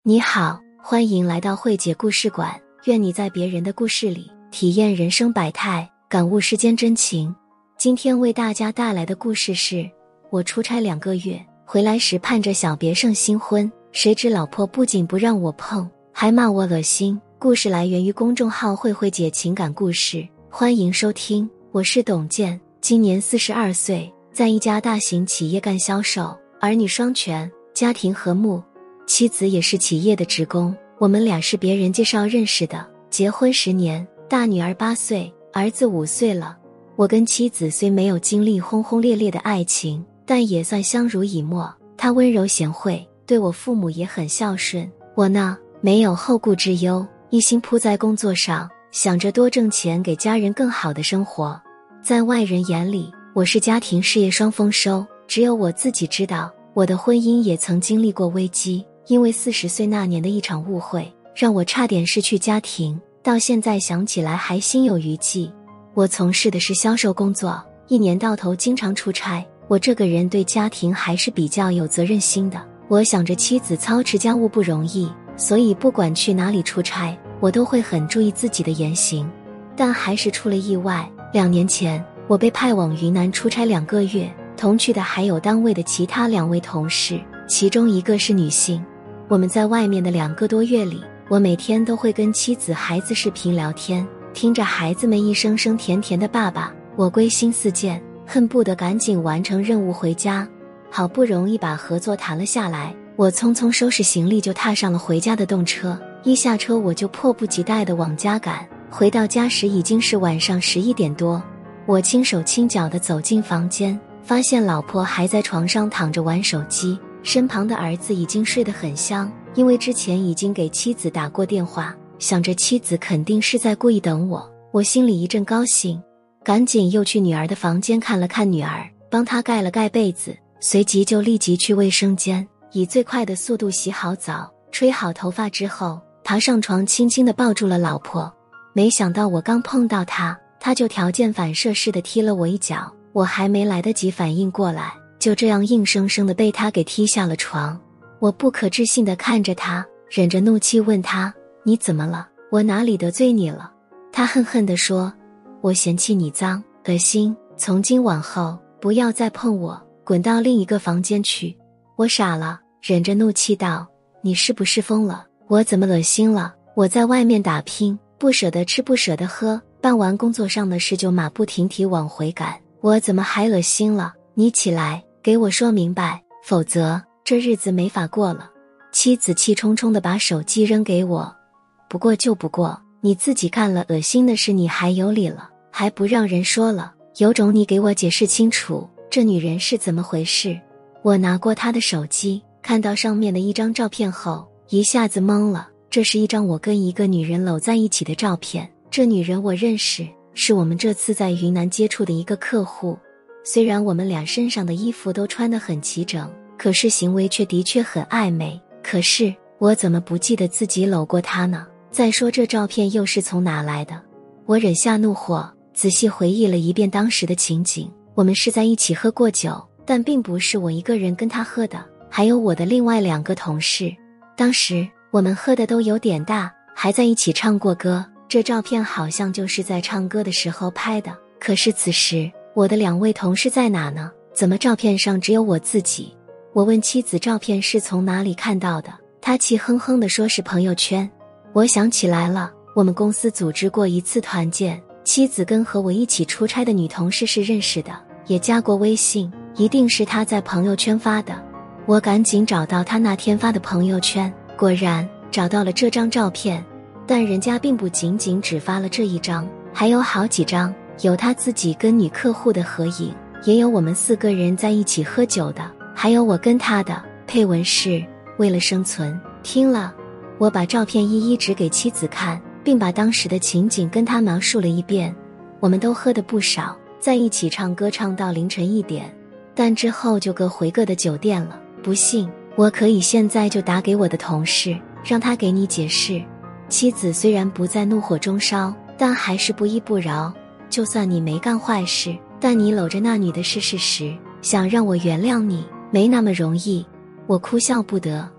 你好，欢迎来到慧姐故事馆，愿你在别人的故事里体验人生百态，感悟世间真情。今天为大家带来的故事是，我出差2个月，回来时盼着小别胜新婚，谁知老婆不仅不让我碰，还骂我恶心。故事来源于公众号慧姐情感故事，欢迎收听。我是董健，今年42岁，在一家大型企业干销售，儿女双全，家庭和睦。妻子也是企业的职工，我们俩是别人介绍认识的，结婚10年，大女儿8岁，儿子5岁了。我跟妻子虽没有经历轰轰烈烈的爱情，但也算相濡以沫。她温柔贤惠，对我父母也很孝顺。我呢，没有后顾之忧，一心扑在工作上，想着多挣钱给家人更好的生活。在外人眼里，我是家庭事业双丰收，只有我自己知道，我的婚姻也曾经历过危机。因为40岁那年的一场误会，让我差点失去家庭，到现在想起来还心有余悸。我从事的是销售工作，一年到头经常出差，我这个人对家庭还是比较有责任心的。我想着妻子操持家务不容易，所以不管去哪里出差，我都会很注意自己的言行。但还是出了意外，2年前我被派往云南出差2个月，同去的还有单位的其他2位同事，其中一个是女性。我们在外面的2个多月里，我每天都会跟妻子孩子视频聊天，听着孩子们一声声甜甜的爸爸，我归心似箭，恨不得赶紧完成任务回家。好不容易把合作谈了下来，我匆匆收拾行李就踏上了回家的动车。一下车我就迫不及待地往家赶，回到家时已经是晚上11点多。我轻手轻脚地走进房间，发现老婆还在床上躺着玩手机，身旁的儿子已经睡得很香，因为之前已经给妻子打过电话，想着妻子肯定是在故意等我，我心里一阵高兴，赶紧又去女儿的房间看了看女儿，帮她盖了盖被子，随即就立即去卫生间，以最快的速度洗好澡，吹好头发之后，爬上床轻轻地抱住了老婆。没想到我刚碰到她，她就条件反射似的踢了我一脚，我还没来得及反应过来，就这样硬生生地被他给踢下了床。我不可置信地看着他，忍着怒气问他，你怎么了？我哪里得罪你了？他恨恨地说，我嫌弃你脏，恶心，从今往后不要再碰我，滚到另一个房间去。我傻了，忍着怒气道，你是不是疯了？我怎么恶心了？我在外面打拼，不舍得吃不舍得喝，办完工作上的事就马不停蹄往回赶，我怎么还恶心了？你起来给我说明白，否则这日子没法过了。妻子气冲冲地把手机扔给我，不过就不过，你自己干了恶心的事你还有理了，还不让人说了，有种你给我解释清楚，这女人是怎么回事？我拿过她的手机，看到上面的一张照片后，一下子懵了，这是一张我跟一个女人搂在一起的照片，这女人我认识，是我们这次在云南接触的一个客户。虽然我们俩身上的衣服都穿得很齐整，可是行为却的确很暧昧。可是我怎么不记得自己搂过她呢？再说这照片又是从哪来的？我忍下怒火，仔细回忆了一遍当时的情景。我们是在一起喝过酒，但并不是我一个人跟他喝的，还有我的另外2个同事。当时我们喝的都有点大，还在一起唱过歌，这照片好像就是在唱歌的时候拍的。可是此时我的2位同事在哪呢？怎么照片上只有我自己？我问妻子照片是从哪里看到的，她气哼哼地说是朋友圈。我想起来了，我们公司组织过一次团建，妻子跟和我一起出差的女同事是认识的，也加过微信，一定是她在朋友圈发的。我赶紧找到她那天发的朋友圈，果然找到了这张照片，但人家并不仅仅只发了这一张，还有好几张，有他自己跟女客户的合影，也有我们4个人在一起喝酒的，还有我跟他的，配文是为了生存。听了，我把照片一一指给妻子看，并把当时的情景跟他描述了一遍。我们都喝得不少，在一起唱歌唱到凌晨1点，但之后就各回各的酒店了。不信，我可以现在就打给我的同事，让他给你解释。妻子虽然不在怒火中烧，但还是不依不饶，就算你没干坏事，但你搂着那女的是事实，想让我原谅你没那么容易。我哭笑不得，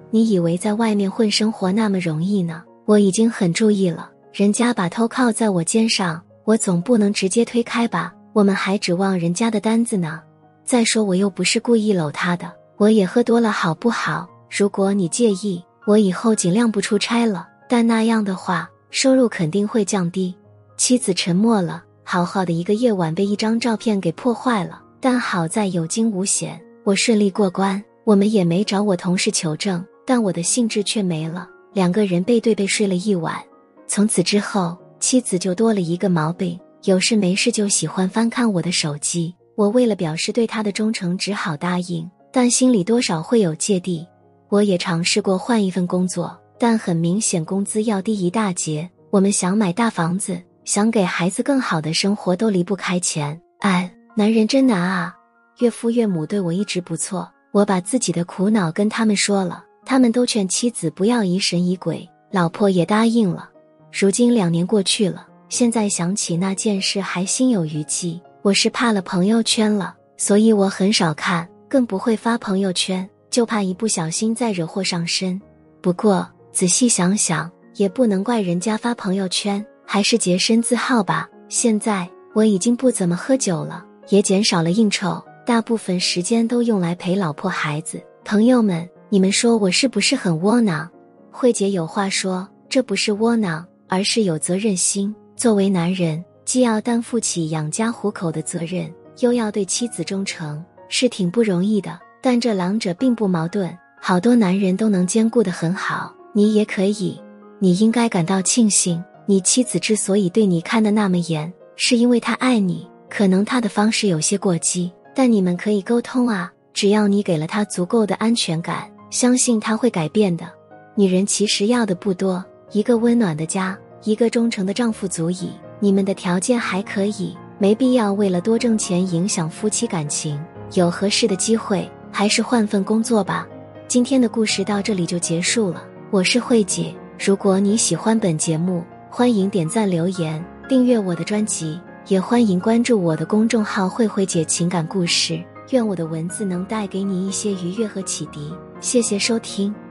你以为在外面混生活那么容易呢？我已经很注意了，人家把头靠在我肩上，我总不能直接推开吧？我们还指望人家的单子呢。再说我又不是故意搂他的，我也喝多了好不好？如果你介意，我以后尽量不出差了，但那样的话，收入肯定会降低。妻子沉默了，好好的一个夜晚被一张照片给破坏了，但好在有惊无险，我顺利过关。我们也没找我同事求证，但我的兴致却没了。2个人背对背睡了一晚。从此之后，妻子就多了一个毛病，有事没事就喜欢翻看我的手机。我为了表示对他的忠诚，只好答应，但心里多少会有芥蒂。我也尝试过换一份工作，但很明显工资要低一大截。我们想买大房子，想给孩子更好的生活，都离不开钱。男人真难啊。岳父岳母对我一直不错，我把自己的苦恼跟他们说了，他们都劝妻子不要疑神疑鬼，老婆也答应了。如今2年过去了，现在想起那件事还心有余悸。我是怕了朋友圈了，所以我很少看，更不会发朋友圈，就怕一不小心再惹祸上身。不过仔细想想，也不能怪人家发朋友圈，还是洁身自好吧。现在我已经不怎么喝酒了，也减少了应酬，大部分时间都用来陪老婆孩子。朋友们，你们说我是不是很窝囊？慧姐有话说，这不是窝囊，而是有责任心。作为男人，既要担负起养家糊口的责任，又要对妻子忠诚，是挺不容易的。但这2者并不矛盾，好多男人都能兼顾得很好，你也可以。你应该感到庆幸，你妻子之所以对你看得那么严，是因为她爱你，可能她的方式有些过激，但你们可以沟通啊，只要你给了她足够的安全感，相信她会改变的。女人其实要的不多，一个温暖的家，一个忠诚的丈夫足矣。你们的条件还可以，没必要为了多挣钱影响夫妻感情。有合适的机会，还是换份工作吧。今天的故事到这里就结束了，我是慧姐。如果你喜欢本节目，欢迎点赞留言，订阅我的专辑，也欢迎关注我的公众号慧慧姐情感故事。愿我的文字能带给你一些愉悦和启迪。谢谢收听。